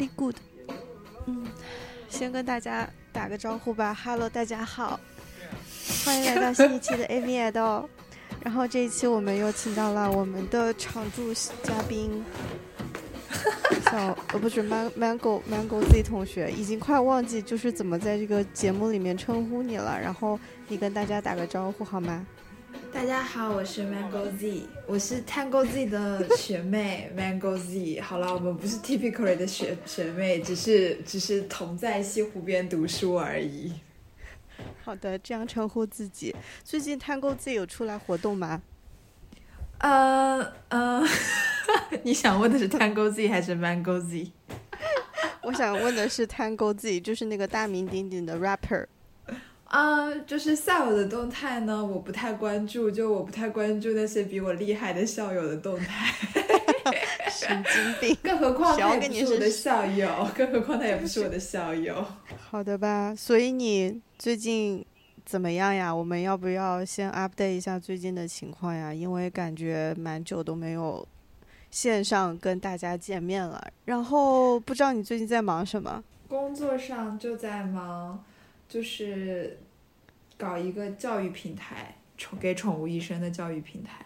Very good。先跟大家打个招呼吧。Hello， 大家好，欢迎来到新一期的 Amy Idol。然后这一期我们又请到了我们的常驻嘉宾不是 Mango Z 同学，已经快忘记就是怎么在这个节目里面称呼你了。然后你跟大家打个招呼好吗？ 大家好，我是 Mango Z， 我是 Tango Z 的学妹 Mango Z。好了，我们不是 typically 的学妹，只是同在西湖边读书而已。 好的，这样称呼自己。最近 Tango Z 有出来活动吗？ 你想问的是 Tango Z 还是 Mango Z？ 我想问的是 Tango Z， 就是那个大名鼎鼎的 rapper。 就是校友的动态呢，我不太关注，我不太关注那些比我厉害的校友的动态。 神经病！ 更何况他也不是我的校友， 好的吧，所以你最近怎么样呀？我们要不要先 update 一下最近的情况呀？因为感觉蛮久都没有线上跟大家见面了。然后不知道你最近在忙什么？ 工作上就在忙。就是搞一个教育平台，给宠物医生的教育平台。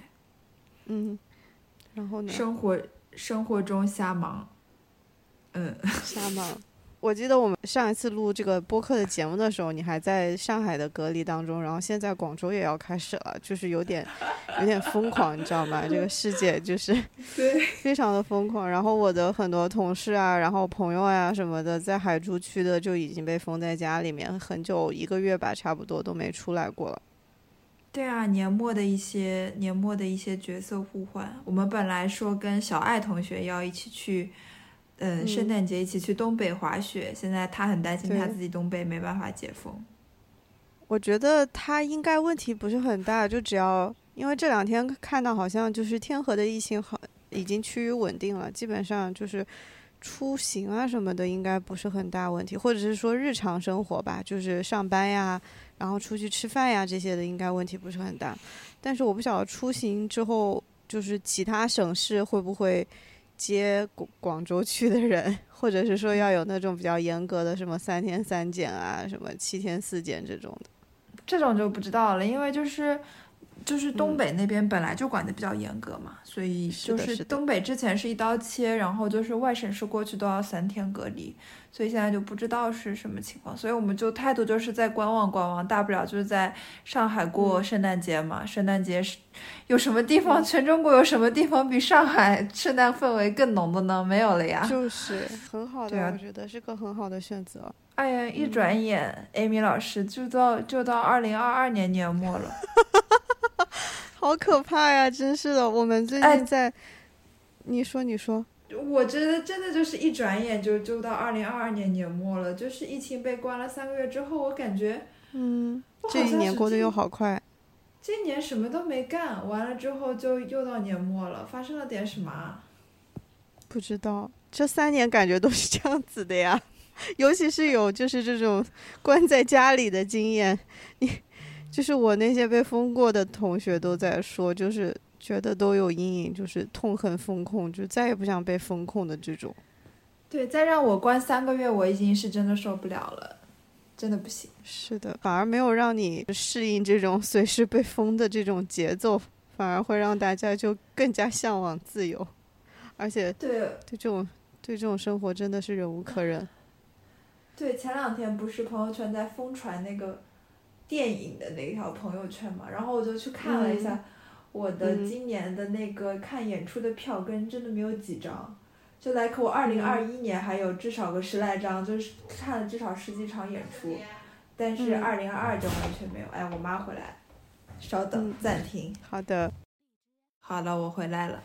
然后呢？ 生活中瞎忙。 瞎忙。我记得我们上一次录这个播客的节目的时候，你还在上海的隔离当中，然后现在广州也要开始了，就是有点疯狂，你知道吗？这个世界就是非常的疯狂。然后我的很多同事啊，然后朋友啊什么的，在海珠区的就已经被封在家里面很久，1个月吧，差不多都没出来过了。 对啊，年末的一些角色互换，我们本来说跟小爱同学要一起去。圣诞节一起去东北滑雪，现在他很担心他自己东北没办法解封。 我觉得他应该问题不是很大，就只要因为这2天看到好像就是天河的疫情已经趋于稳定了，基本上就是出行啊什么的应该不是很大问题，或者是说日常生活吧，就是上班呀，然后出去吃饭呀这些的应该问题不是很大。但是我不晓得出行之后就是其他省市会不会接广州去的人，或者是说要有那种比较严格的什么3天3检啊，什么7天4检这种的。 这种就不知道了，因为就是东北那边本来就管得比较严格嘛，所以就是东北之前是一刀切，然后就是外省市过去都要3天隔离，所以现在就不知道是什么情况，所以我们就态度就是在观望，大不了就是在上海过圣诞节嘛。圣诞节是有什么地方，全中国有什么地方比上海圣诞氛围更浓的呢？没有了呀， 就是很好的，我觉得是个很好的选择。 哎呀，一转眼，Amy 老师就到2022年年末了。 好可怕呀，真是的。我们最近在你说我觉得真的就是一转眼就到2022年年末了，就是疫情被关了3个月之后，我感觉这一年过得又好快。 这一年什么都没干，完了之后就又到年末了，发生了点什么？不知道，这3年感觉都是这样子的呀。尤其是有就是这种关在家里的经验，就是我那些被封过的同学都在说，就是觉得都有阴影，就是痛恨封控，就再也不想被封控的这种。 对，再让我关3个月，我已经是真的受不了了，真的不行。 是的，反而没有让你适应这种随时被封的这种节奏，反而会让大家就更加向往自由，而且对这种生活真的是忍无可忍。 对，前2天不是朋友圈在疯传那个电影的那条朋友圈嘛，然后我就去看了一下，我的今年的那个看演出的票根真的没有几张，就like我2021年还有至少个10来张，就是看了至少10几场演出，但是2022就完全没有。哎，我妈回来，稍等，暂停。 好的， 好了，我回来了。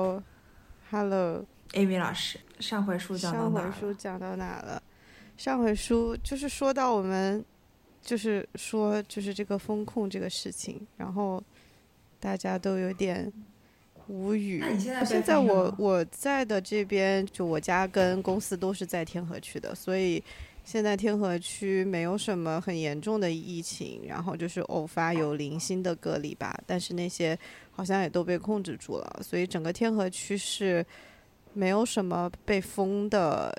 Hello Amy 老师，上回书讲到哪了？上回书就是说到我们就是说就是这个风控这个事情，然后大家都有点无语。 那你现在我在的这边，就我家跟公司都是在天河区的，所以现在天河区没有什么很严重的疫情，然后就是偶发有零星的隔离吧，但是那些好像也都被控制住了，所以整个天河区是没有什么被封的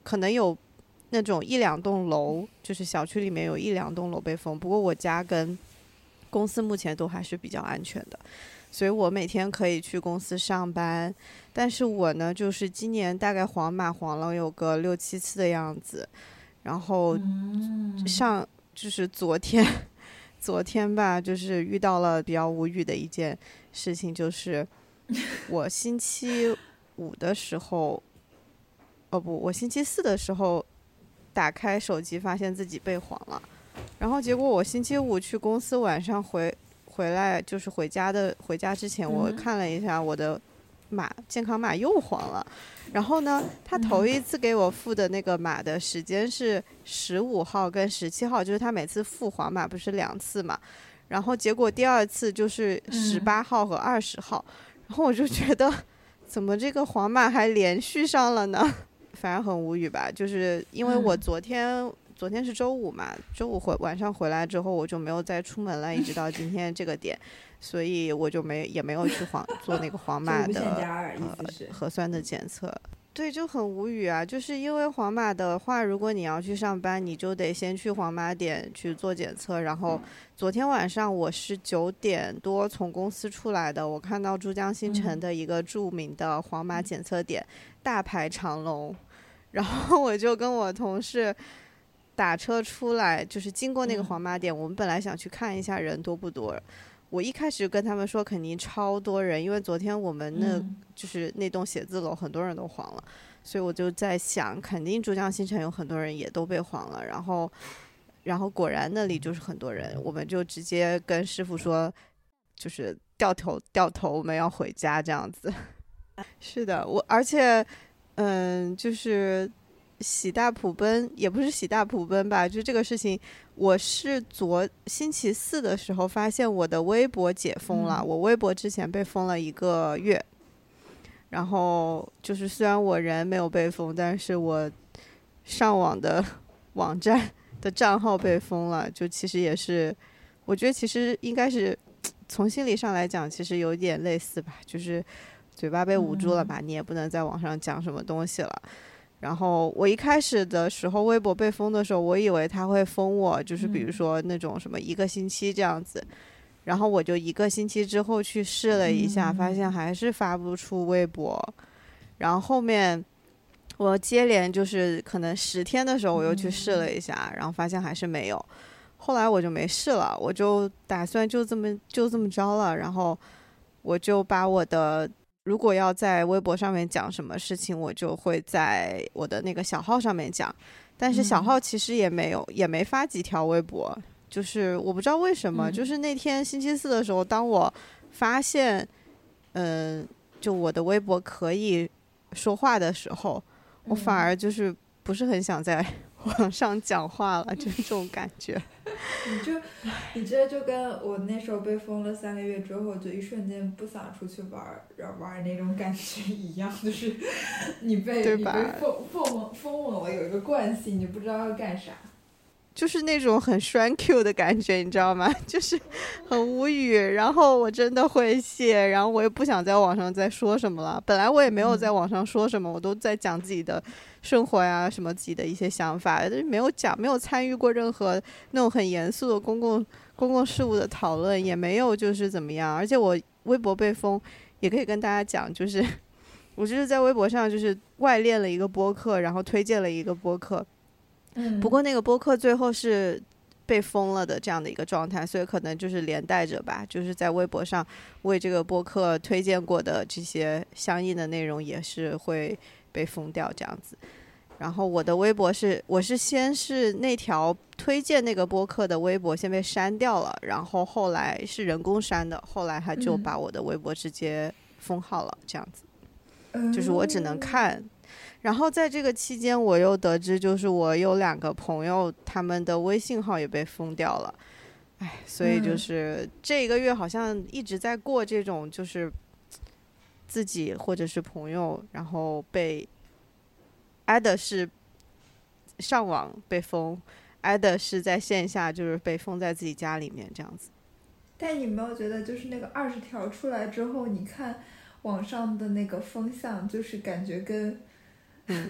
可能有那种1-2栋楼，就是小区里面有1-2栋楼被封，不过我家跟公司目前都还是比较安全的，所以我每天可以去公司上班。但是我呢，就是今年大概黄码黄了有个6-7次的样子，然后就是昨天吧，就是遇到了比较无语的一件事情，就是我星期五的时候，我星期四的时候打开手机发现自己被黄了，然后结果我星期五去公司，晚上回来就是回家之前，我看了一下我的健康码又黄了。然后呢，他头一次给我付的那个码的时间是15号跟17号，就是他每次付黄码不是2次嘛，然后结果第二次就是18号和20号，然后我就觉得怎么这个黄码还连续上了呢？反正很无语吧，就是因为我昨天是周五嘛，周五晚上回来之后我就没有再出门了，一直到今天这个点，所以我就也没有去做那个黄码的核酸的检测。对，就很无语啊，就是因为黄码的话，如果你要去上班，你就得先去黄码点去做检测。然后昨天晚上我是9点多从公司出来的，我看到珠江新城的一个著名的黄码检测点大排长龙，然后我就跟我同事打车出来，就是经过那个黄码点，我们本来想去看一下人多不多。我一开始跟他们说肯定超多人，因为昨天我们就是那栋写字楼很多人都黄了，所以我就在想肯定珠江新城有很多人也都被黄了，然后果然那里就是很多人，我们就直接跟师傅说就是掉头我们要回家这样子。是的，而且就是喜大普奔，也不是喜大普奔吧，就这个事情我是星期四的时候发现我的微博解封了，我微博之前被封了1个月，然后就是虽然我人没有被封，但是我上网的网站的账号被封了，就其实也是我觉得其实应该是从心理上来讲其实有点类似吧，就是嘴巴被捂住了吧，你也不能在网上讲什么东西了。然后我一开始的时候微博被封的时候，我以为他会封我就是比如说那种什么1个星期这样子，然后我就1个星期之后去试了一下，发现还是发不出微博。然后后面我接连就是可能10天的时候我又去试了一下，然后发现还是没有，后来我就没试了，我就打算就这么着了。然后我就把我的如果要在微博上面讲什么事情，我就会在我的那个小号上面讲，但是小号其实也没发几条微博，就是我不知道为什么，就是那天星期四的时候，当我发现就我的微博可以说话的时候，我反而就是不是很想在网上讲话了，就是这种感觉。 你这就跟我那时候被封了3个月之后，就一瞬间不想出去玩那种感觉一样，就是你被封稳了，有一个惯性，你不知道要干啥。 就是那种很栓 Q 的感觉，你知道吗？就是很无语，然后我真的会谢，然后我也不想在网上再说什么了。本来我也没有在网上说什么，我都在讲自己的生活呀，什么自己的一些想法，没有参与过任何那种很严肃的公共事务的讨论，也没有就是怎么样。而且我微博被封，也可以跟大家讲，就是我就是在微博上就是外链了一个播客，然后推荐了一个播客。不过那个播客最后是被封了的这样的一个状态，所以可能就是连带着吧，就是在微博上为这个播客推荐过的这些相应的内容也是会被封掉这样子。然后我的微博我是先是那条推荐那个播客的微博先被删掉了，然后后来是人工删的，后来他就把我的微博直接封号了这样子，就是我只能看。然后在这个期间我又得知，就是我有2个朋友他们的微信号也被封掉了，所以就是这个月好像一直在过这种就是自己或者是朋友然后被挨的是上网被封，挨的是在线下就是被封在自己家里面这样子。 但你没有觉得就是那个20条出来之后，你看网上的那个风向，就是感觉跟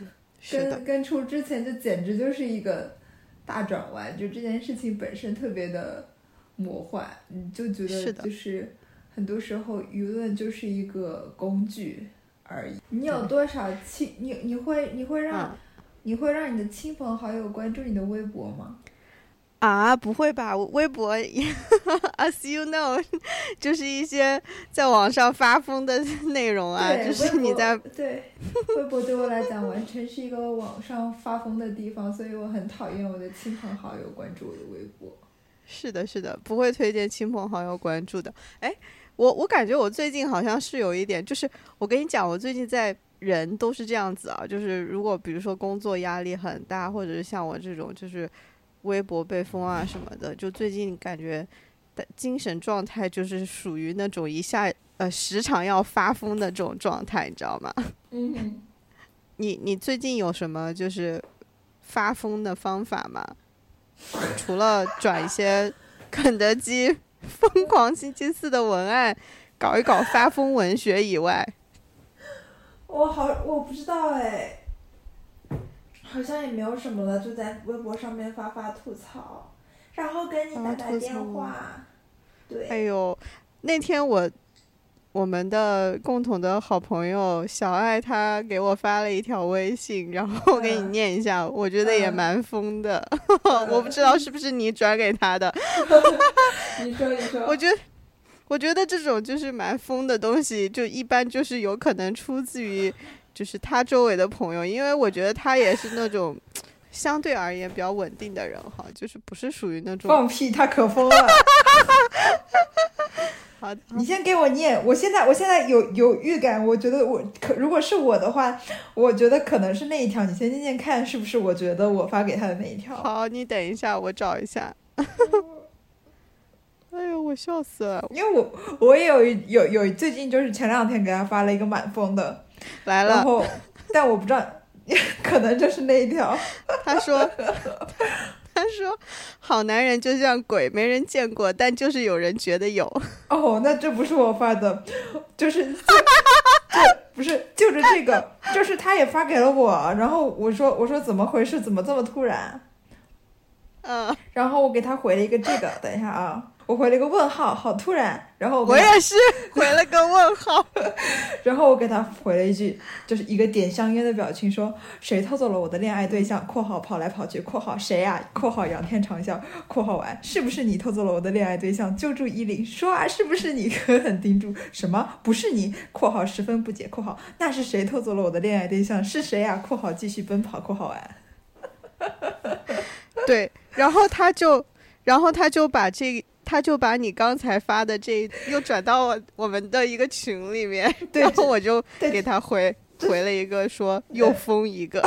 跟出之前就简直就是一个大转弯，就这件事情本身特别的魔幻，你就觉得就是很多时候舆论就是一个工具而已。你有多少你会让你的亲朋好友关注你的微博吗？ 啊，不会吧，我微博as you know 就是一些在网上发疯的内容啊，就是你在对微博对我来讲完全是一个网上发疯的地方，所以我很讨厌我的亲朋好友关注我的微博。 是的，不会推荐亲朋好友关注的。哎，我感觉我最近好像是有一点，就是我跟你讲，我最近在人都是这样子啊，就是如果比如说工作压力很大，或者是像我这种就是微博被封啊什么的，就最近感觉精神状态就是属于那种一下时常要发疯的这种状态，你知道吗？ 嗯， 你最近有什么就是发疯的方法吗？除了转一些肯德基疯狂星期四的文案，搞一搞发疯文学以外， 我不知道哎，好像也没有什么了，就在微博上面发吐槽，然后跟你打电话。对， 哎呦，那天我们的共同的好朋友小爱，她给我发了一条微信，然后我给你念一下，我觉得也蛮疯的，我不知道是不是你转给她的。 你说， 我觉得这种就是蛮疯的东西，就一般就是有可能出自于就是他周围的朋友，因为我觉得他也是那种相对而言比较稳定的人哈，就是不是属于那种放屁，他可疯了。 好的， 你先给我念，我现在有预感，我觉得如果是我的话，我觉得可能是那一条，你先念念看是不是我觉得我发给他的那一条。 好，你等一下，我找一下。哎呦，我笑死了！ 因为我也有最近就是前2天给他发了一个蛮疯的， 来了， 然后但我不知道，可能就是那一条。 他说好男人就像鬼，没人见过，但就是有人觉得有。 哦，那这不是我发的，就是不是就是这个，就是他也发给了我，然后我说怎么回事，怎么这么突然？然后我给他回了一个这个，等一下啊，我回了一个问号，好突然。然后我也是回了个问号。 然后我给他回了一句，就是一个点香烟的表情，说谁偷走了我的恋爱对象（括号跑来跑去）（括号谁啊）（括号仰天长啸）（括号完）是不是你偷走了我的恋爱对象？救助110，说啊，是不是你？可很叮嘱，什么不是你？（括号十分不解）（括号那是谁偷走了我的恋爱对象？是谁啊？）（括号继续奔跑）（括号完） 对，然后他就把你刚才发的这又转到我们的一个群里面， 对， 然后我就给他回了一个说又封一个。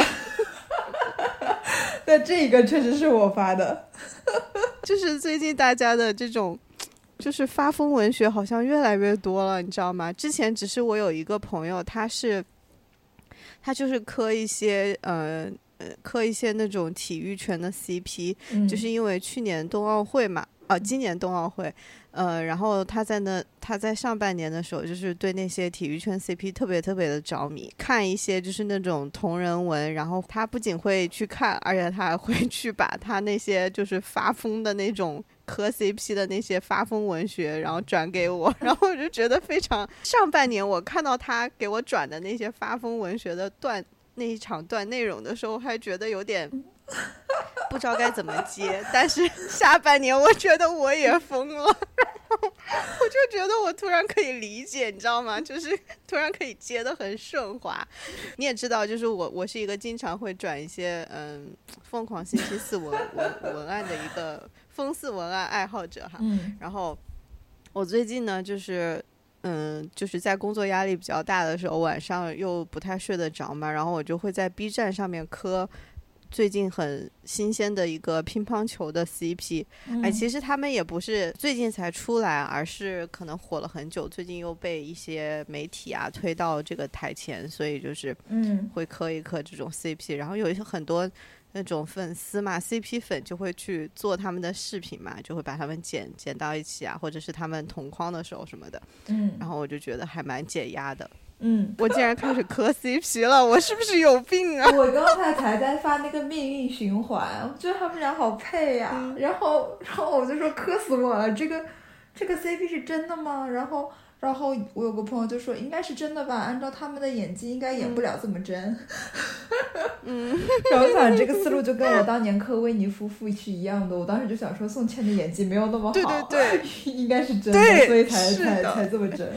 那这个确实是我发的。 就是最近大家的这种就是发疯文学好像越来越多了，你知道吗？之前只是我有一个朋友，他就是磕一些那种体育圈的 CP，就是因为去年冬奥会嘛，今年冬奥会，然后他在上半年的时候，就是对那些体育圈 CP 特别特别的着迷，看一些就是那种同人文，然后他不仅会去看，而且他还会去把他那些就是发疯的那种磕 CP 的那些发疯文学，然后转给我，然后我就觉得非常，上半年我看到他给我转的那些发疯文学的那一长段内容的时候，还觉得有点不知道该怎么接，但是下半年我觉得我也疯了，然后我就觉得我突然可以理解，你知道吗？就是突然可以接得很顺滑。你也知道，就是我是一个经常会转一些疯狂星期四文案的一个疯四文案爱好者哈。然后我最近呢，就是在工作压力比较大的时候，晚上又不太睡得着嘛，然后我就会在 B 站上面磕最近很新鲜的一个乒乓球的 CP，其实他们也不是最近才出来，而是可能火了很久，最近又被一些媒体啊推到这个台前，所以就是会磕一磕这种 CP，然后有很多那种粉丝嘛 CP 粉就会去做他们的视频嘛，就会把他们剪到一起啊，或者是他们同框的时候什么的，然后我就觉得还蛮解压的。 我竟然开始磕 CP 了，我是不是有病啊？ 我刚才在发那个命运循环，我觉得他们俩好配呀、然后我就说磕死我了，这个 CP 是真的吗？然后我有个朋友就说应该是真的吧，按照他们的演技应该演不了这么真。然后我想这个思路就跟我当年磕维尼夫妇是一样的，我当时就想说宋茜的演技没有那么好， 对应该是真的，所以才这么真。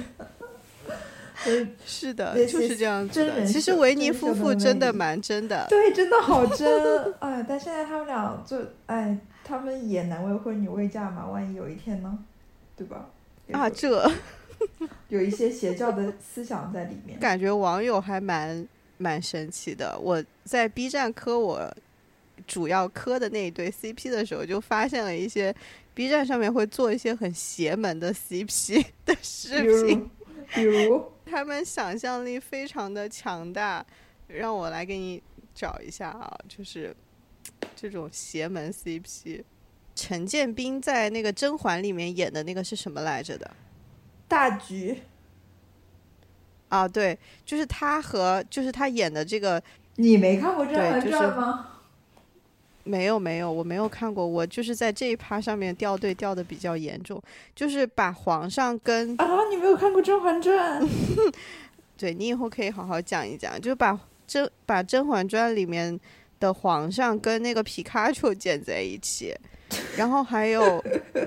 是的，就是这样子的。其实维尼夫妇真的蛮真的， 对，真的好真。哎，但现在他们俩就他们也男未婚女未嫁嘛，万一有一天呢，对吧？ 这有一些邪教的思想在里面。 感觉网友还蛮神奇的。我在 B 站磕我主要磕的那一对 CP 的时候，就发现了一些 B 站上面会做一些很邪门的 CP 的视频， 比如他们想象力非常的强大。让我来给你找一下啊，就是这种邪门 CP。陈建斌在那个甄嬛里面演的那个是什么来着的？ 大局啊，对，就是他演的这个。 你没看过《甄嬛传》吗？ 没有，我没有看过。我就是在这一趴上面掉队掉的比较严重，就是把皇上跟你没有看过《甄嬛传》？ 对，你以后可以好好讲一讲，就把《甄嬛传》里面的皇上跟那个皮卡丘剪在一起，然后还有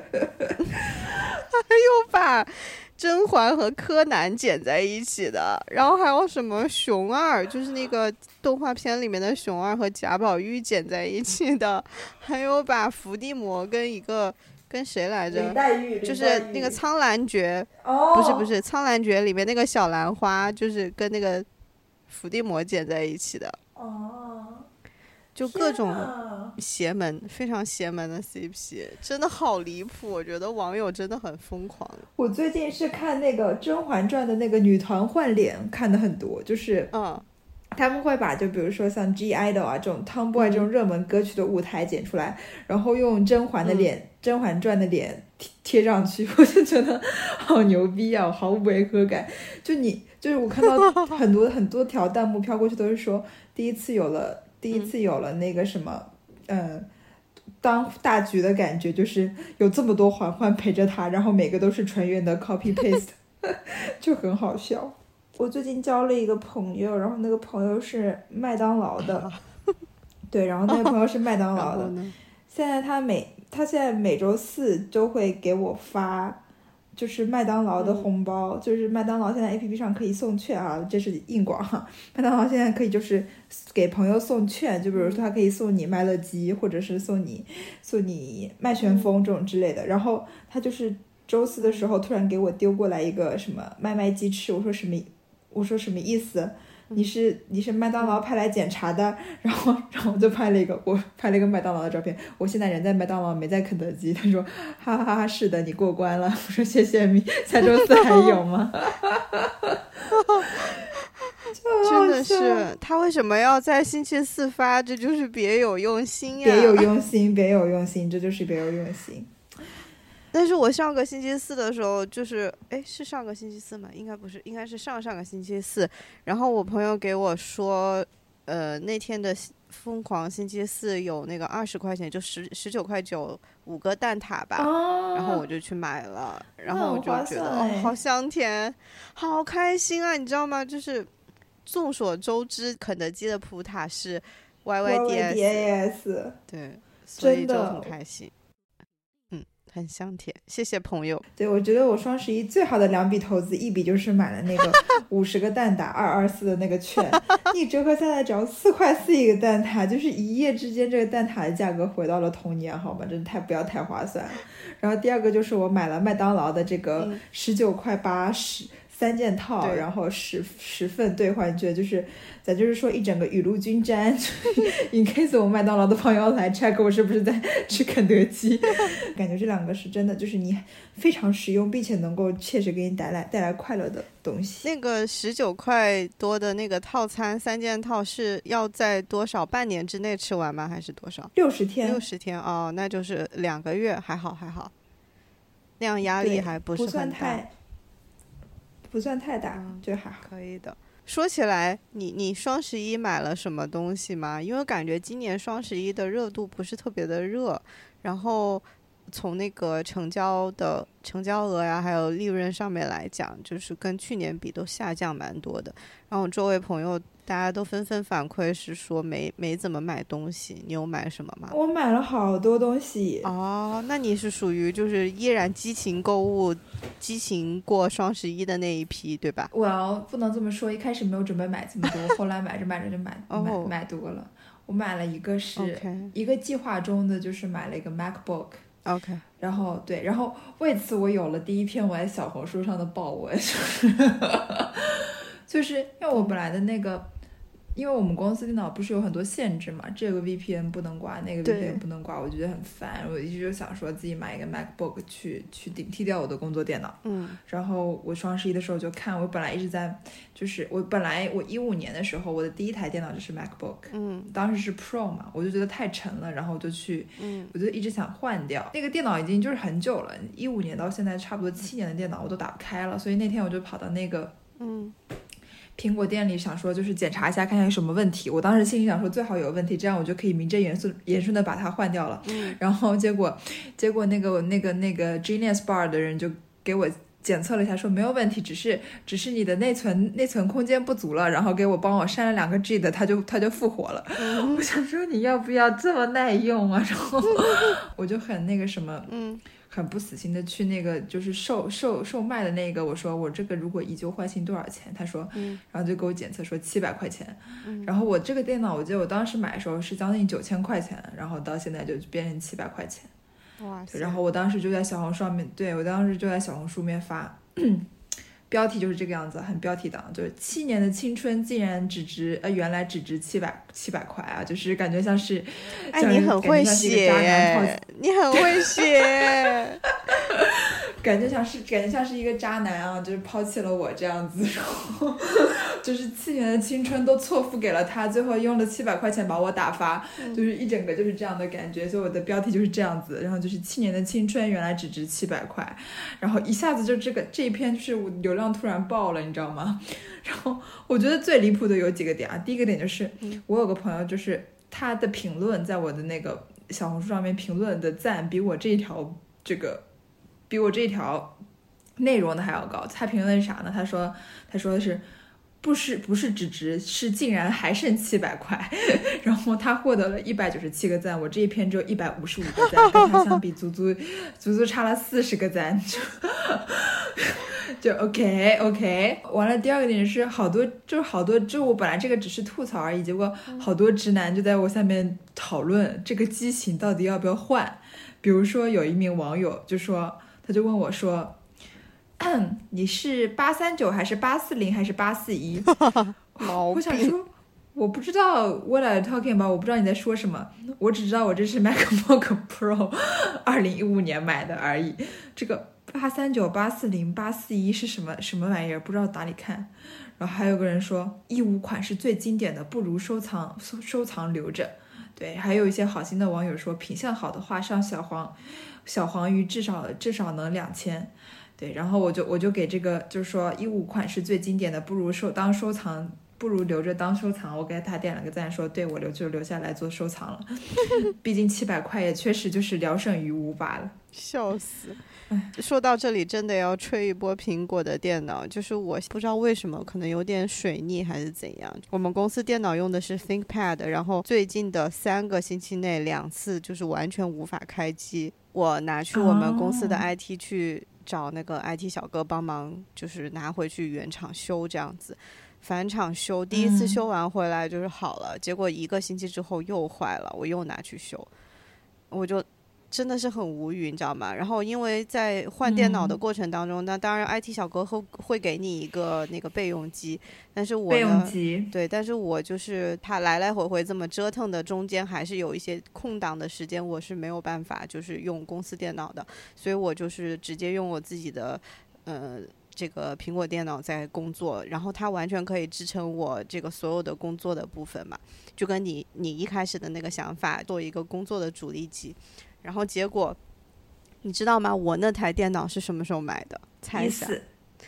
把甄嬛和柯南剪在一起的，然后还有什么熊二，就是那个动画片里面的熊二和贾宝玉剪在一起的，还有把伏地魔跟谁来着？ 林黛玉， 就是那个苍兰诀，不是苍兰诀里面那个小兰花，就是跟那个伏地魔剪在一起的。就各种邪门，非常邪门的 CP， 真的好离谱。我觉得网友真的很疯狂。 我最近是看那个《甄嬛传》的那个女团换脸看的很多，就是他们会把就比如说像 G-IDOL 啊这种 Tomboy 这种热门歌曲的舞台剪出来，然后用甄嬛的脸、甄嬛传的脸贴上去，我就觉得好牛逼啊，毫无违和感。就是我看到很多条弹幕飘过去都是说第一次有了那个什么当大局的感觉，就是有这么多嬛嬛陪着他，然后每个都是纯元的 copy paste 就很好笑。我最近交了一个朋友，然后那个朋友是麦当劳的对，然后那个朋友是麦当劳的现在他现在每周四都会给我发就是麦当劳的红包，就是麦当劳现在 APP 上可以送券啊，这是硬广哈。麦当劳现在可以就是给朋友送券，就比如说他可以送你麦乐鸡，或者是送你麦旋风这种之类的。然后他就是周四的时候突然给我丢过来一个什么麦鸡翅，我说什么意思？你是麦当劳派来检查的，然后我就拍了一个麦当劳的照片，我现在人在麦当劳没在肯德基。他说哈哈哈，是的，你过关了。我说谢谢你，下周四还有吗？ 真的是，他为什么要在星期四发？这就是别有用心呀！ 别有用心，这就是别有用心。 但是我上个星期四的时候，就是是上个星期四吗？应该不是，应该是上个星期四。然后我朋友给我说，那天的疯狂星期四有那个20块钱，就19块9 5个蛋挞吧。然后我就去买了，然后我就觉得好香甜，好开心啊！你知道吗？就是众所周知，肯德基的葡挞是 YYDS， 对，所以就很开心。很香甜，谢谢朋友。 对，我觉得我双11最好的2笔投资，一笔就是买了那个50个蛋挞224的那个券，你折合下来只要4块4一个蛋挞，就是一夜之间这个蛋挞的价格回到了童年，好吗？真的不要太划算。然后第二个就是我买了麦当劳的这个19块8 3件套，然后10份兑换券，就是咱就是说一整个雨露均沾in case 我麦当劳的朋友来 check 我是不是在吃肯德基感觉这两个是真的就是你非常实用并且能够切实给你带来快乐的东西。 那个19块多的那个套餐3件套是要在多少半年之内吃完吗？还是多少 ？60天哦，那就是2个月，还好那样压力还不是很大， 不算太大，就还好。 可以的。说起来，你双11买了什么东西吗？因为感觉今年双11的热度不是特别的热，然后从那个成交额呀，还有利润上面来讲，就是跟去年比都下降蛮多的。然后我周围朋友大家都纷纷反馈是说没怎么买东西，你有买什么吗？ 我买了好多东西。 哦，那你是属于就是依然激情购物，激情过双11的那一批，对吧？ 我不能这么说，一开始没有准备买这么多，后来买着买着就买多了。我买了一个是一个计划中的，就是买了一个 MacBook。OK， 然后为此我有了第一篇我在小红书上的爆文，就是因为我本来的那个，因为我们公司电脑不是有很多限制嘛，这个 VPN 不能挂，那个 VPN 不能挂，我觉得很烦，我一直就想说自己买一个 MacBook 去顶替掉我的工作电脑。然后我双11的时候就看，我本来一直在，就是我15年的时候，我的第一台电脑就是 MacBook，当时是 Pro 嘛，我就觉得太沉了，然后我就一直想换掉那个电脑，已经就是很久了，15年到现在差不多7年的电脑我都打不开了，所以那天我就跑到那个苹果店里，想说就是检查一下看看有什么问题。我当时心里想说最好有问题，这样我就可以名正言顺的把它换掉了。然后结果那个 Genius Bar 的人就给我检测了一下，说没有问题，只是你的内存空间不足了，然后帮我删了2个 G 的，它就复活了。我想说你要不要这么耐用啊？然后我就很那个什么，很不死心的去那个就是售卖的那个，我说我这个如果以旧换新多少钱？他说，然后就给我检测说700块钱。然后我这个电脑，我记得我当时买的时候是将近9000块钱，然后到现在就变成700块钱。 哇塞！ 然后我当时就在小红书上面，我当时就在小红书面发。标题就是这个样子，很标题党，就是7年的青春竟然原来只值700块啊，就是感觉像是， 你很会写，你很会写， 感觉像是一个渣男啊，就是抛弃了我这样子，然后就是7年的青春都错付给了他，最后用了700块钱把我打发，就是一整个就是这样的感觉，所以我的标题就是这样子，然后就是7年的青春原来只值700块，然后一下子就这一篇就是流量突然爆了，你知道吗？然后我觉得最离谱的有几个点啊，第一个点就是我有个朋友，就是他的评论在我的那个小红书上面评论的赞比我这一条内容的还要高。他评论是啥呢？他说的是不是只值，是竟然还剩700块。然后他获得了197个赞，我这一篇只有155个赞，跟他相比足足差了40个赞。就 OK， 完了。第二个点是好多，就我本来这个只是吐槽而已，结果好多直男就在我下面讨论这个机型到底要不要换。比如说有一名网友他就问我说，你是839还是840还是841？我想说我不知道 what are you talking about， 我不知道你在说什么，我只知道我这是 MacBook Pro 2015年买的而已，这个839、840、841是什么玩意儿？不知道哪里看。然后还有个人说，15款是最经典的，不如收藏留着。对，还有一些好心的网友说，品相好的话上小黄鱼至少能2000。对，然后我就给这个就是说15款是最经典的，不如留着当收藏。我给他点了个赞，说对，我留下来做收藏了。毕竟700块也确实就是聊胜于无罢了。 笑死！说到这里真的要吹一波苹果的电脑，就是我不知道为什么，可能有点水逆还是怎样，我们公司电脑用的是 ThinkPad， 然后最近的3个星期内2次就是完全无法开机，我拿去我们公司的 IT 去找那个 IT 小哥帮忙，就是拿回去原厂修，这样子返厂修，第一次修完回来就是好了，结果1个星期之后又坏了，我又拿去修，我就真的是很无语，你知道吗？然后因为在换电脑的过程当中，那当然 IT 小哥会给你一个那个备用机，但是我呢，对，但是我就是他来回这么折腾的中间，还是有一些空档的时间，我是没有办法就是用公司电脑的，所以我就是直接用我自己的这个苹果电脑在工作，然后它完全可以支撑我这个所有的工作的部分嘛，就跟你一开始的那个想法，做一个工作的主力机。然后结果你知道吗？我那台电脑是什么时候买的？猜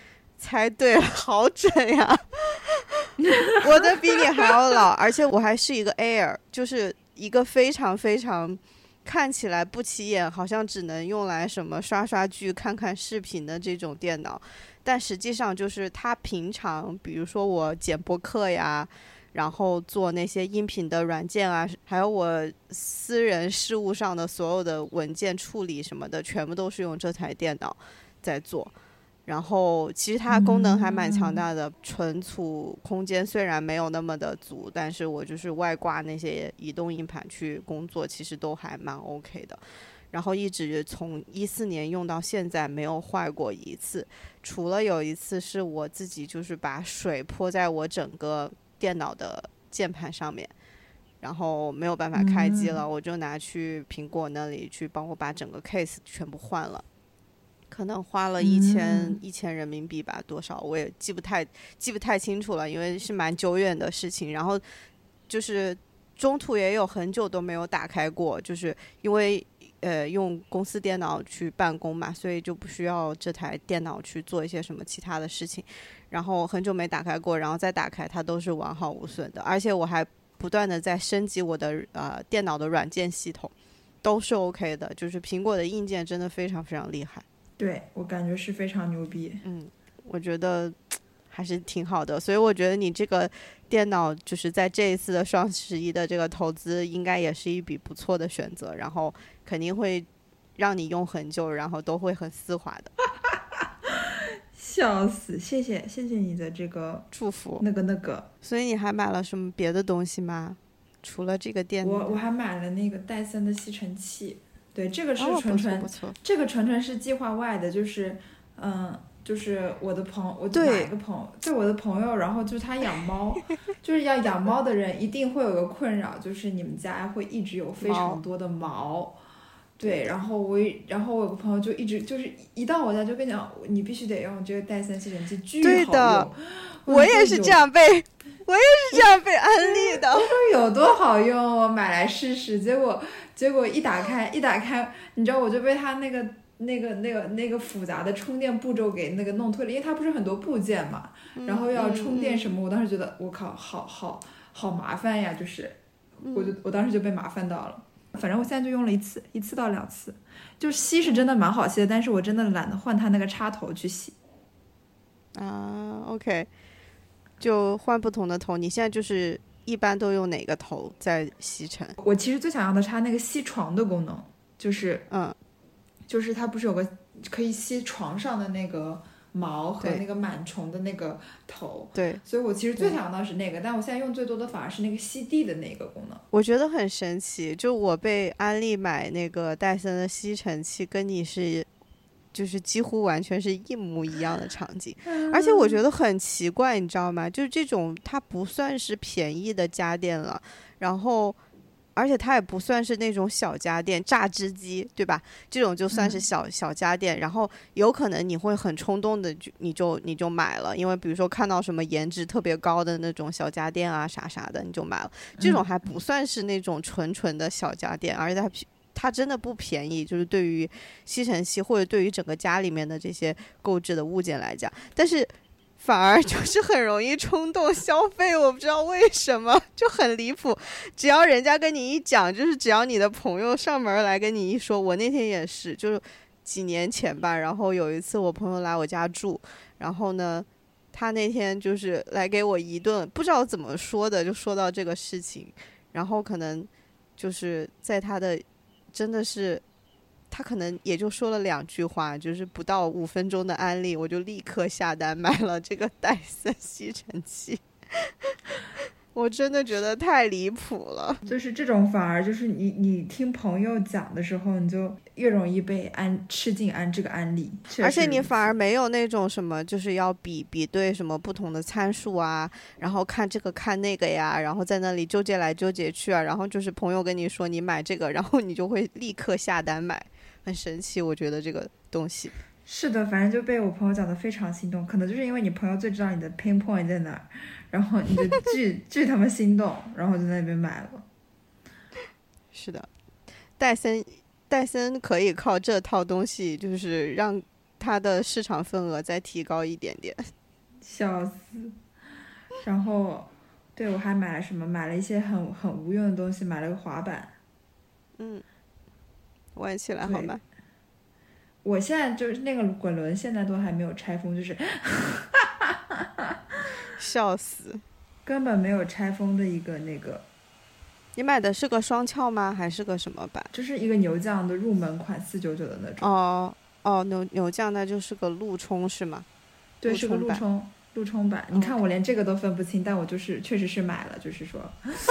猜对了，好准呀！我的比你还要老，而且我还是一个 Air， 就是一个非常非常看起来不起眼，好像只能用来什么刷刷剧、看看视频的这种电脑，但实际上就是它平常，比如说我剪播客呀，然后做那些音频的软件啊，还有我私人事务上的所有的文件处理什么的，全部都是用这台电脑在做。然后其实它功能还蛮强大的，存储空间虽然没有那么的足，但是我就是外挂那些移动硬盘去工作，其实都还蛮 OK 的。然后一直从14年用到现在没有坏过一次，除了有一次是我自己就是把水泼在我整个电脑的键盘上面，然后没有办法开机了，我就拿去苹果那里去帮我把整个 case 全部换了，可能花了1000人民币吧，多少我也记不太清楚了，因为是蛮久远的事情。然后就是中途也有很久都没有打开过，就是因为用公司电脑去办公嘛，所以就不需要这台电脑去做一些什么其他的事情，然后很久没打开过，然后再打开它都是完好无损的，而且我还不断的在升级我的电脑的软件系统，都是 OK 的，就是苹果的硬件真的非常非常厉害。 对，我感觉是非常牛逼。 我觉得还是挺好的，所以我觉得你这个电脑就是在这一次的双11的这个投资应该也是一笔不错的选择，然后肯定会让你用很久，然后都会很丝滑的。 笑死，谢谢你的这个祝福。 那个， 所以你还买了什么别的东西吗？除了这个电脑， 我还买了那个戴森的吸尘器。对，这个是纯纯， 不错， 这个纯纯是计划外的，就是就是我的哪一个朋友，对，我的朋友，然后就是他养猫，就是要养猫的人一定会有个困扰，就是你们家会一直有非常多的毛。对，然后我有个朋友就一直就是一到我家就跟你讲，你必须得用这个戴森吸尘器，巨好用。 对的，我也是这样被安利的。 我说有多好用，我买来试试，结果一打开，你知道我就被它那个复杂的充电步骤给那个弄退了，因为它不是很多部件嘛，然后要充电什么，我当时觉得我靠，好麻烦呀，就是我当时就被麻烦到了。反正我现在就用了一次到2次，就吸是真的蛮好吸的，但是我真的懒得换它那个插头去吸。 OK， 就换不同的头。你现在就是一般都用哪个头在吸尘？ 我其实最想要的是它那个吸床的功能，就是就是它不是有个可以吸床上的那个毛和那个螨虫的那个头， 对， 所以我其实最想要的是那个，但我现在用最多的反而是那个吸地的那个功能。 我觉得很神奇，就我被安利买那个戴森的吸尘器，跟你是就是几乎完全是一模一样的场景，而且我觉得很奇怪，你知道吗？就是这种它不算是便宜的家电了，然后而且它也不算是那种小家电，榨汁机，对吧？这种就算是小家电，然后有可能你会很冲动的，你就买了，因为比如说看到什么颜值特别高的那种小家电啊，啥的，你就买了。这种还不算是那种纯的小家电，而且它真的不便宜，就是对于吸尘器或者对于整个家里面的这些购置的物件来讲，但是反而就是很容易冲动消费，我不知道为什么，就很离谱。只要人家跟你一讲，就是只要你的朋友上门来跟你一说，我那天也是，就是几年前吧，然后有一次我朋友来我家住，然后呢他那天就是来给我一顿不知道怎么说的，就说到这个事情，然后可能就是在他的真的是他可能也就说了2句话，就是不到5分钟的安利，我就立刻下单买了这个戴森吸尘器。我真的觉得太离谱了， 就是这种反而就是你听朋友讲的时候，你就越容易被吃进这个安利， 而且你反而没有那种什么就是要比对什么不同的参数啊，然后看这个看那个呀，然后在那里纠结来纠结去啊，然后就是朋友跟你说你买这个，然后你就会立刻下单买，很神奇，我觉得这个东西。 是的，反正就被我朋友讲的非常心动，可能就是因为你朋友最知道你的 pain point 在哪儿，然后你就巨他妈心动，然后就在那边买了。是的，戴森可以靠这套东西，就是让它的市场份额再提高一点点。 笑死。然后对，我还买了什么，买了一些很无用的东西，买了个滑板。 玩起来好吗？ 我现在就是那个滚轮现在都还没有拆封，就是笑死， 根本没有拆封的一个那个。 你买的是个双翘吗？还是个什么版？ 就是一个牛酱的入门款，499的那种。 牛酱那就是个陆冲是吗？ 对，是个陆冲版。你看我连这个都分不清，但我就是确实是买了，就是说。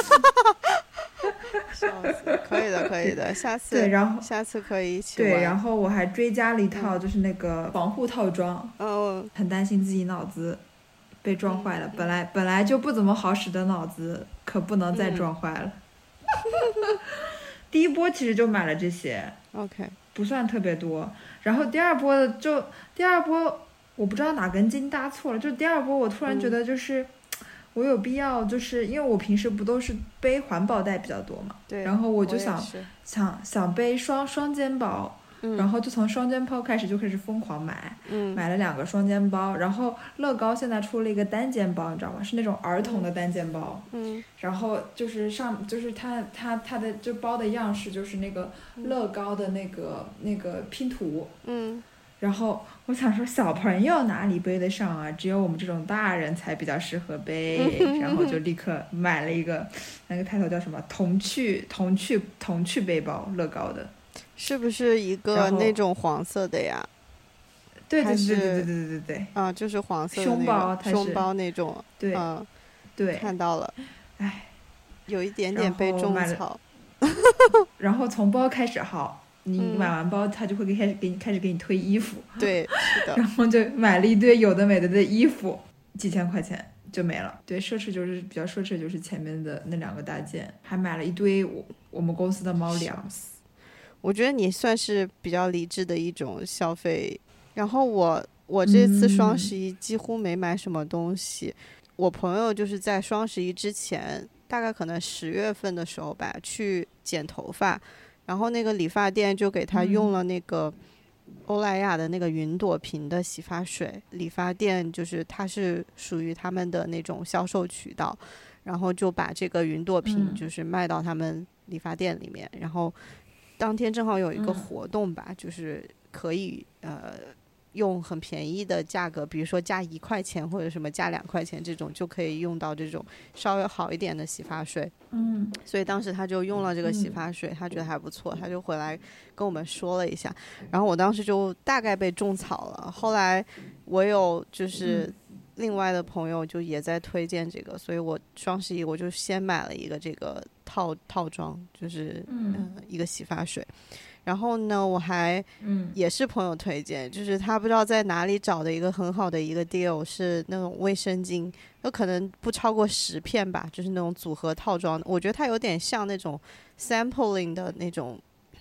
笑死，可以的可以的，下次对，然后下次可以一起玩。 对，然后我还追加了一套就是那个防护套装。很担心自己脑子被撞坏了，本来就不怎么好使的脑子可不能再撞坏了。第一波其实就买了这些 ，OK， 不算特别多。然后第二波我不知道哪根筋搭错了，就第二波我突然觉得就是我有必要，就是因为我平时不都是背环保袋比较多嘛， 对， 然后我就想背双肩包。然后就从双肩包开始疯狂买，买了2个双肩包。然后乐高现在出了一个单肩包，你知道吗？是那种儿童的单肩包。然后就是它的就包的样式就是那个乐高的那个拼图。然后我想说小朋友哪里背得上啊？只有我们这种大人才比较适合背。然后就立刻买了一个那个抬头叫什么童趣背包，乐高的。 是不是一个那种黄色的呀？ 对啊， 就是黄色的胸包那种。 对，对， 看到了。 哎， 有一点点被种草。 然后从包开始薅，你买完包他就会开始给你推衣服。 对，是的。 然后就买了一堆有的没的衣服，几千块钱就没了。对，奢侈就是比较奢侈，就是前面的那2个大件，还买了一堆我们公司的猫粮。 我觉得你算是比较理智的一种消费。然后我这次双11几乎没买什么东西。我朋友就是在双11之前，大概可能10月份的时候吧，去剪头发，然后那个理发店就给他用了那个欧莱雅的那个云朵瓶的洗发水。理发店就是它是属于他们的那种销售渠道，然后就把这个云朵瓶就是卖到他们理发店里面。然后当天正好有一个活动吧，就是可以用很便宜的价格，比如说加1块钱或者什么加2块钱，这种就可以用到这种稍微好一点的洗发水。所以当时他就用了这个洗发水，他觉得还不错，他就回来跟我们说了一下。然后我当时就大概被种草了。后来我有就是另外的朋友就也在推荐这个，所以我双11我就先买了一个这个套装，就是一个洗发水。然后呢我还也是朋友推荐，就是他不知道在哪里找的一个很好的一个 deal， 是那种卫生巾，有可能不超过10片吧，就是那种组合套装。我觉得它有点像那种 sampling 的那种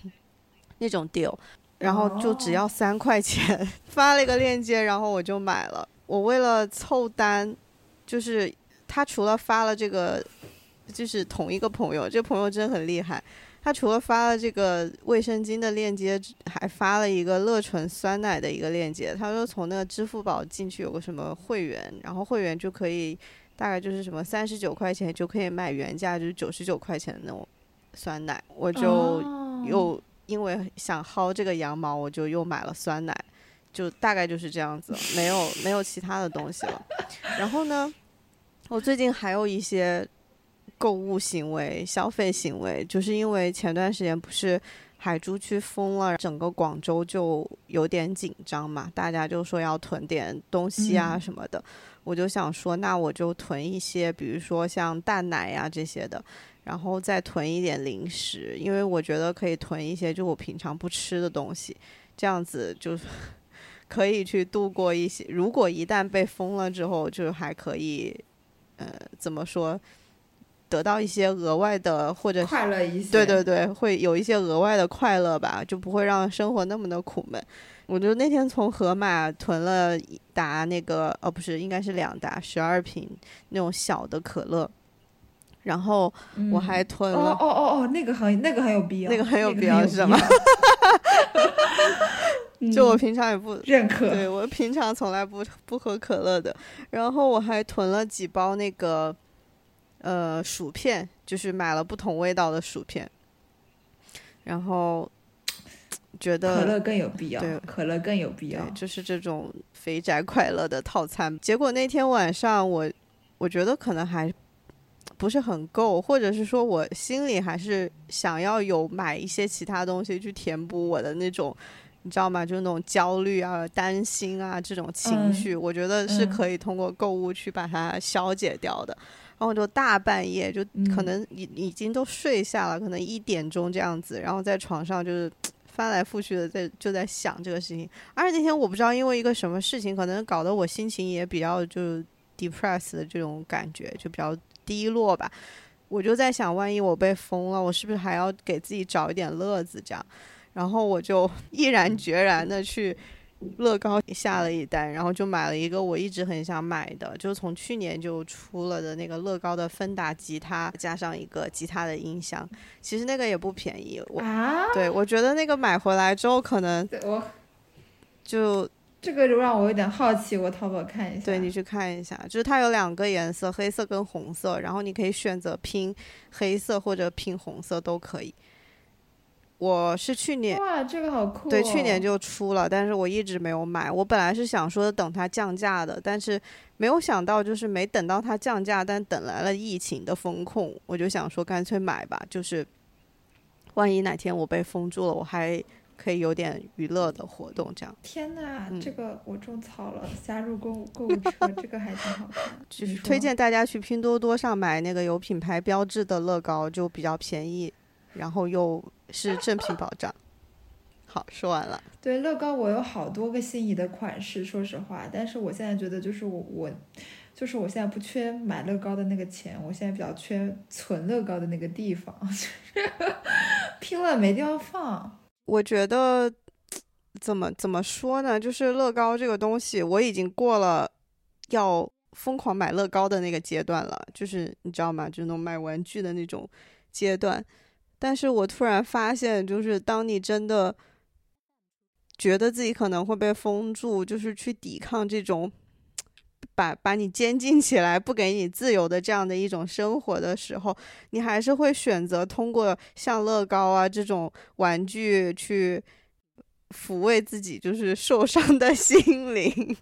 deal， 然后就只要3块钱，发了一个链接，然后我就买了。我为了凑单，就是他除了发了这个，就是同一个朋友，这个朋友真的很厉害，他除了发了这个卫生巾的链接，还发了一个乐纯酸奶的一个链接。他说从那个支付宝进去有个什么会员，然后会员就可以大概就是什么39块钱就可以买原价就是99块钱的那种酸奶。我就又因为想薅这个羊毛，我就又买了酸奶，就大概就是这样子，没有其他的东西了。然后呢，我最近还有一些购物行为、消费行为，就是因为前段时间不是海珠区封了，整个广州就有点紧张嘛，大家就说要囤点东西啊什么的。我就想说，那我就囤一些，比如说像蛋奶啊这些的，然后再囤一点零食，因为我觉得可以囤一些就我平常不吃的东西，这样子就可以去度过一些，如果一旦被封了之后，就还可以怎么说，得到一些额外的或者快乐一些。 对对对，会有一些额外的快乐吧，就不会让生活那么的苦闷。我就那天从盒马囤了1打那个不是，应该是2打12瓶那种小的可乐，然后我还囤了那个很有必要， 那个很有必要是什么？ 就我平常也不认可， 对，我平常从来不喝可乐的。然后我还囤了几包那个薯片，就是买了不同味道的薯片，然后觉得可乐更有必要， 对， 可乐更有必要， 对，就是这种肥宅快乐的套餐。结果那天晚上我觉得可能还不是很够，或者是说我心里还是想要有买一些其他东西去填补我的那种你知道吗，就是那种焦虑啊担心啊这种情绪，我觉得是可以通过购物去把它消解掉的。然后就大半夜就可能已经都睡下了，可能1点钟这样子，然后在床上就是翻来覆去的就在想这个事情。而且那天我不知道因为一个什么事情，可能搞得我心情也比较就 depressed 的这种感觉，就比较低落吧。我就在想万一我被封了，我是不是还要给自己找一点乐子这样。然后我就毅然决然的去乐高下了一单，然后就买了一个我一直很想买的，就是从去年就出了的那个乐高的芬达吉他，加上一个吉他的音箱。其实那个也不便宜，对，我觉得那个买回来之后可能就这个就让我有点好奇，我淘宝看一下。 对，你去看一下，就是它有2个颜色，黑色跟红色，然后你可以选择拼黑色或者拼红色都可以。我是去年， 哇，这个好酷哦。 对，去年就出了，但是我一直没有买。我本来是想说等它降价的，但是没有想到就是没等到它降价，但等来了疫情的风控，我就想说干脆买吧，就是万一哪天我被封住了，我还可以有点娱乐的活动这样。 天哪，这个我种草了，加入购物车，这个还挺好看。 就是推荐大家去拼多多上买那个有品牌标志的乐高，就比较便宜，然后又是正品保障。好，说完了。 对，乐高我有好多个心仪的款式，说实话，但是我现在觉得就是我现在不缺买乐高的那个钱，我现在比较缺存乐高的那个地方，就是拼了没地方放。 我觉得怎么说呢，就是乐高这个东西我已经过了要疯狂买乐高的那个阶段了，就是你知道吗，就是那种买玩具的那种阶段。但是我突然发现，就是当你真的觉得自己可能会被封住，就是去抵抗这种把你监禁起来不给你自由的这样的一种生活的时候，你还是会选择通过像乐高啊这种玩具去抚慰自己就是受伤的心灵。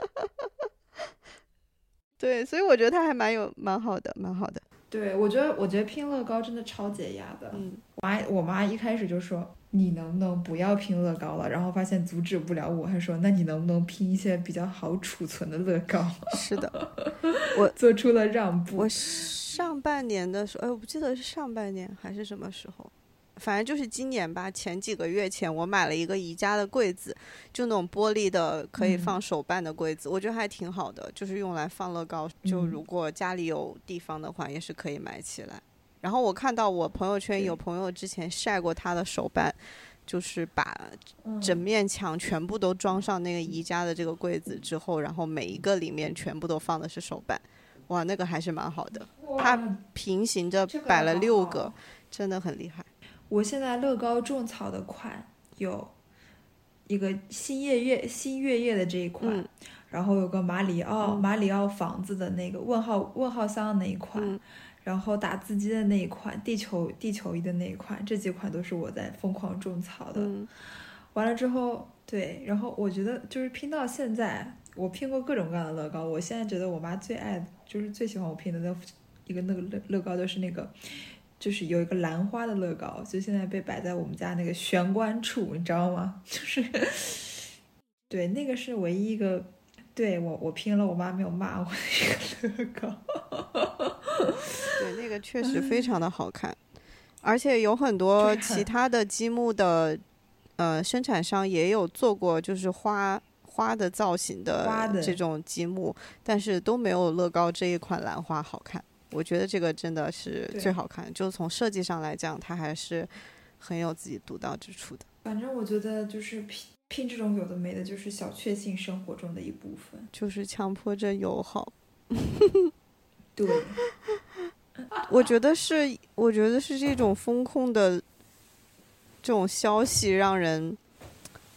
对，所以我觉得它还蛮好的。 对，我觉得拼乐高真的超解压的。我妈一开始就说你能不能不要拼乐高了，然后发现阻止不了我，还说那你能不能拼一些比较好储存的乐高。 是的，我做出了让步。 我上半年的时候，我不记得是上半年还是什么时候，反正就是今年吧，前几个月前我买了一个宜家的柜子，就那种玻璃的可以放手办的柜子，我觉得还挺好的，就是用来放乐高，就如果家里有地方的话也是可以买起来。然后我看到我朋友圈有朋友之前晒过他的手办，就是把整面墙全部都装上那个宜家的这个柜子之后，然后每一个里面全部都放的是手办，哇，那个还是蛮好的，它平行着摆了6个，真的很厉害。 我现在乐高种草的款有一个新月夜的这一款，然后有个马里奥房子的那个问号箱的那一款，然后打字机的那一款，地球仪的那一款，这几款都是我在疯狂种草的。完了之后，对，然后我觉得就是拼到现在，我拼过各种各样的乐高，我现在觉得我妈最爱就是最喜欢我拼的那个乐高就是那个。就是有一个兰花的乐高，就现在被摆在我们家那个玄关处，你知道吗？就是对，那个是唯一一个对我拼了我妈没有骂我的一个乐高。 对，那个确实非常的好看，而且有很多其他的积木的生产商也有做过就是花的造型的这种积木，但是都没有乐高这一款兰花好看。我觉得这个真的是最好看，就从设计上来讲它还是很有自己独到之处的。 反正我觉得就是拼这种有的没的，就是小确幸生活中的一部分， 就是强迫症友好。 对， 我觉得是这种风控的这种消息让人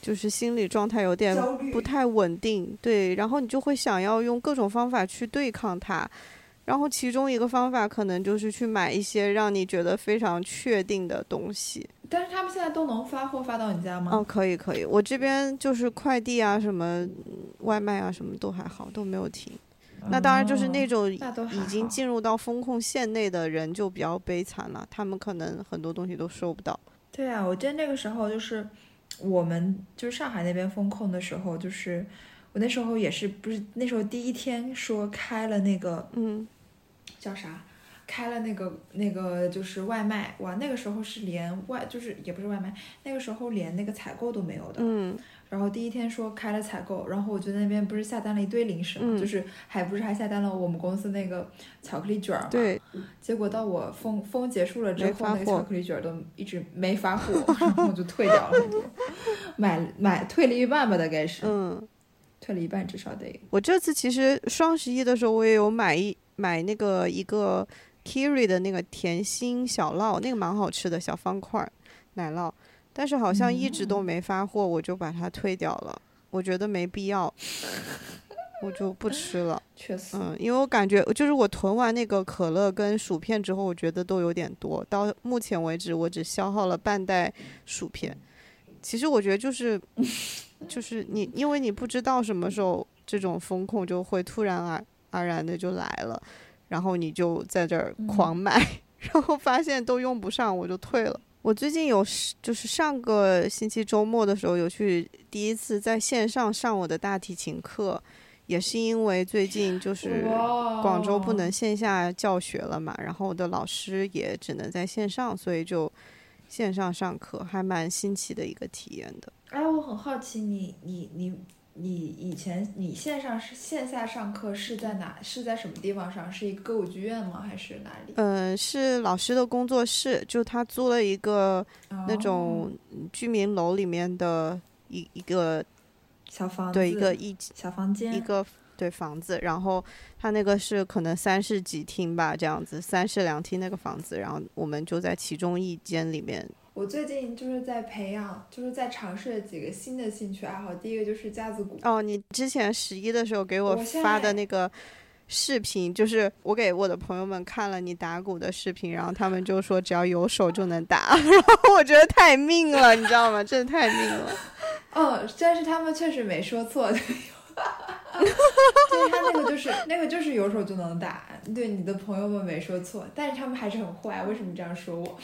就是心理状态有点不太稳定，对，然后你就会想要用各种方法去对抗它，然后其中一个方法可能就是去买一些让你觉得非常确定的东西。 但是他们现在都能发货发到你家吗？ 可以，我这边就是快递啊什么外卖啊什么都还好，都没有停。那当然就是那种已经进入到风控线内的人就比较悲惨了，他们可能很多东西都收不到。 对啊，我记得那个时候就是我们就是上海那边风控的时候，就是我那时候也是不是那时候第一天说开了那个叫啥，开了那个就是外卖，哇，那个时候是连就是也不是外卖，那个时候连那个采购都没有的。然后第一天说开了采购，然后我就在那边不是下单了一堆零食嘛，就是还下单了我们公司那个巧克力卷嘛。 对。 结果到我封结束了之后，那个巧克力卷都一直没发货，然后我就退掉了很多，退了一半吧，大概是。退了一半至少得。 我这次其实双11的时候我也有买那个一个 Kiri 的那个甜心小酪，那个蛮好吃的小方块奶酪。但是好像一直都没发货，我就把它退掉了。我觉得没必要，我就不吃了。 确实， 因为我感觉就是我囤完那个可乐跟薯片之后，我觉得都有点多。到目前为止，我只消耗了半袋薯片。其实我觉得就是你，因为你不知道什么时候这种风控就会突然而然的就来了，然后你就在这儿狂买，然后发现都用不上，我就退了。我最近就是上个星期周末的时候有去第一次在线上上我的大提琴课，也是因为最近就是广州不能线下教学了嘛，然后我的老师也只能在线上，所以就线上上课，还蛮新奇的一个体验的。 我很好奇你以前线下上课是在哪？是在什么地方上？是一个歌舞剧院吗？还是哪里？ 是老师的工作室，就他租了一个那种居民楼里面的一个小房子， 对，一个小房间， 一个对房子，然后他那个是可能30几厅吧，这样子，3室2厅那个房子，然后我们就在其中一间里面。 我最近就是在培养，就是在尝试几个新的兴趣爱好。第一个就是架子鼓。 你之前11的时候给我发的那个视频，就是我给我的朋友们看了你打鼓的视频，然后他们就说只要有手就能打，然后我觉得太命了，你知道吗？真的太命了。 但是他们确实没说错。就是他那个就是有手就能打，对，你的朋友们没说错，但是他们还是很坏，为什么这样说我？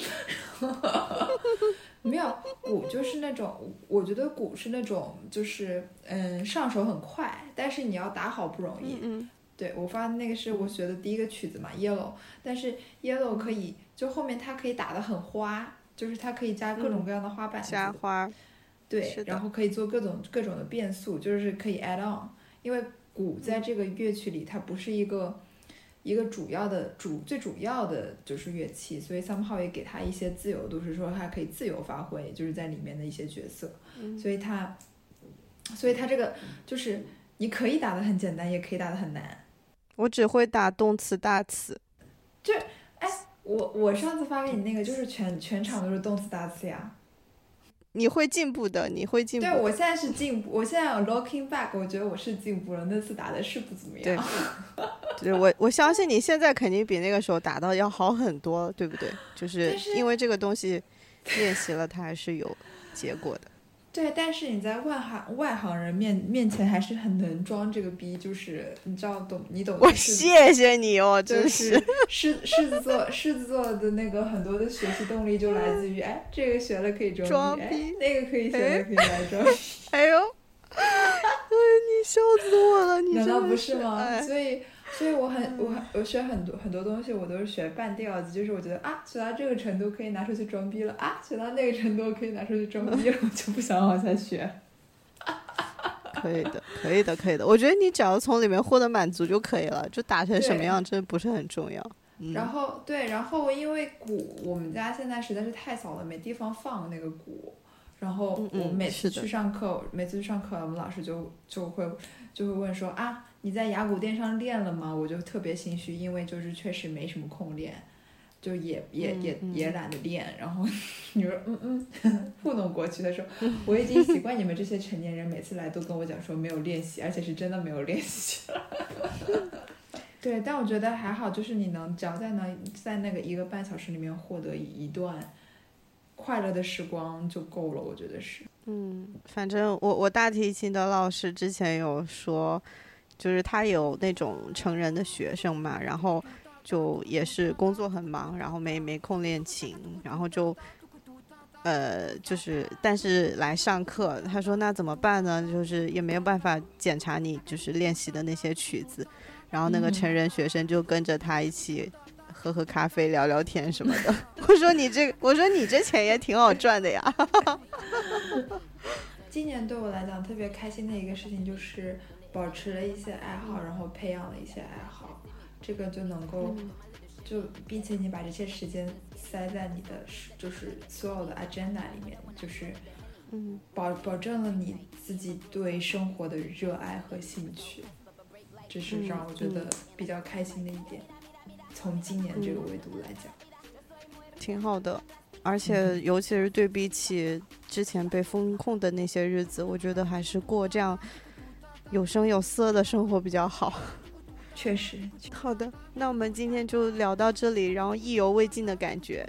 没有，鼓就是那种，我觉得鼓是那种就是上手很快，但是你要打好不容易。对，我发的那个是我学的第一个曲子嘛，Yellow， 但是 Yellow 可以就后面它可以打得很花，就是它可以加各种各样的花板子， 加花， 对，然后可以做各种的变速，就是可以 add on。因为鼓在这个乐曲里，它不是一个最主要的就是乐器，所以 somehow 也给它一些自由度，是说它可以自由发挥，就是在里面的一些角色。所以它这个就是你可以打得很简单，也可以打得很难。 我只会打动词大词。 就我上次发给你那个，就是全场都是动词大词呀。 你会进步的，你会进步的。 对，我现在是进步，我现在有 looking back， 我觉得我是进步了。那次打的是不怎么样。 对，我相信你现在肯定比那个时候打到要好很多，对不对？就是因为这个东西练习了，它还是有结果的。 对，但是你在外行人面前还是很能装这个逼，就是你知道你懂。 我谢谢你哦， 真是。 狮子座的那个很多的学习动力就来自于，这个学了可以装逼，那个可以学了可以来装逼。 哎呦，你笑死我了，你难道不是吗？所以我学很多东西，我都是学半吊子，就是我觉得学到这个程度可以拿出去装逼了学到那个程度可以拿出去装逼了，我就不想往下学。 可以的，我觉得你只要从里面获得满足就可以了，就打成什么样真的不是很重要。 然后因为鼓，我们家现在实在是太小了，没地方放那个鼓。然后我每次去上课，我们老师就会问说你在雅鼓店上练了吗？我就特别心虚，因为就是确实没什么空练。 就也懒得练，然后你说糊弄过去的时候，我已经习惯你们这些成年人每次来都跟我讲说没有练习，而且是真的没有练习了。对，但我觉得还好，就是你只要在那个1个半小时里面获得一段快乐的时光就够了，我觉得是。 反正我大提琴的老师之前有说，就是他有那种成人的学生嘛，然后就也是工作很忙，然后没空练琴，然后就是但是来上课，他说那怎么办呢？就是也没有办法检查你就是练习的那些曲子，然后那个成人学生就跟着他一起喝咖啡聊聊天什么的。我说你这钱也挺好赚的呀。 今年对我来讲特别开心的一个事情就是保持了一些爱好，然后培养了一些爱好，这个就能够并且你把这些时间塞在你的就是所有的 agenda 里面，就是保证了你自己对生活的热爱和兴趣，这是让我觉得比较开心的一点，从今年这个维度来讲挺好的。而且尤其是对比起之前被封控的那些日子，我觉得还是过这样有声有色的生活比较好。 确实。 好的，那我们今天就聊到这里，然后意犹未尽的感觉。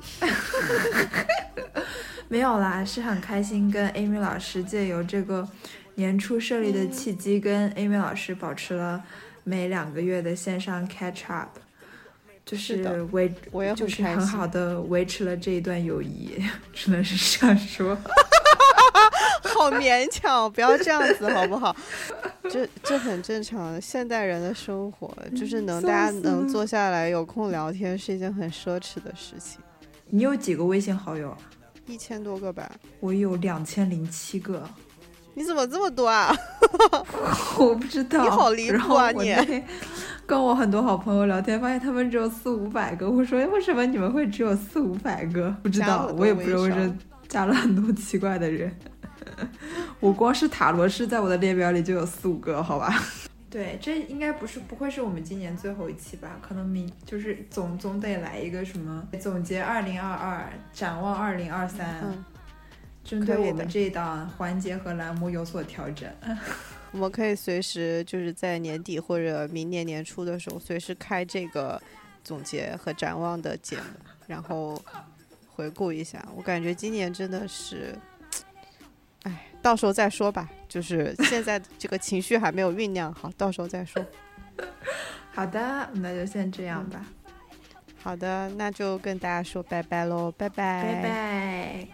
没有啦，是很开心跟 Amy 老师借由这个年初设立的契机，跟 Amy 老师保持了每2个月的线上 catch up， 就是就是很好的维持了这一段友谊，只能是这样说。 好勉强，不要这样子好不好？这很正常，现代人的生活就是大家能坐下来有空聊天是一件很奢侈的事情。 你有几个微信好友 ？1000多个吧。 我有2007个。 你怎么这么多啊？ 我不知道。 你好离谱啊你！ 跟我很多好朋友聊天，发现他们只有400-500个。我说为什么你们会只有400-500个？不知道，我也不知道为什么加了很多奇怪的人。我光是塔罗师在我的列表里就有4-5个，好吧。对，这应该不会是我们今年最后一期吧？可能就是总得来一个什么总结2022，展望2023，针对我们这一档环节和栏目有所调整。 我们可以随时就是在年底或者明年年初的时候，随时开这个总结和展望的节目，然后回顾一下。我感觉今年真的是。到时候再说吧，就是现在这个情绪还没有酝酿好，到时候再说。 好的，那就先这样吧。 好的，那就跟大家说拜拜喽，拜拜， 拜拜。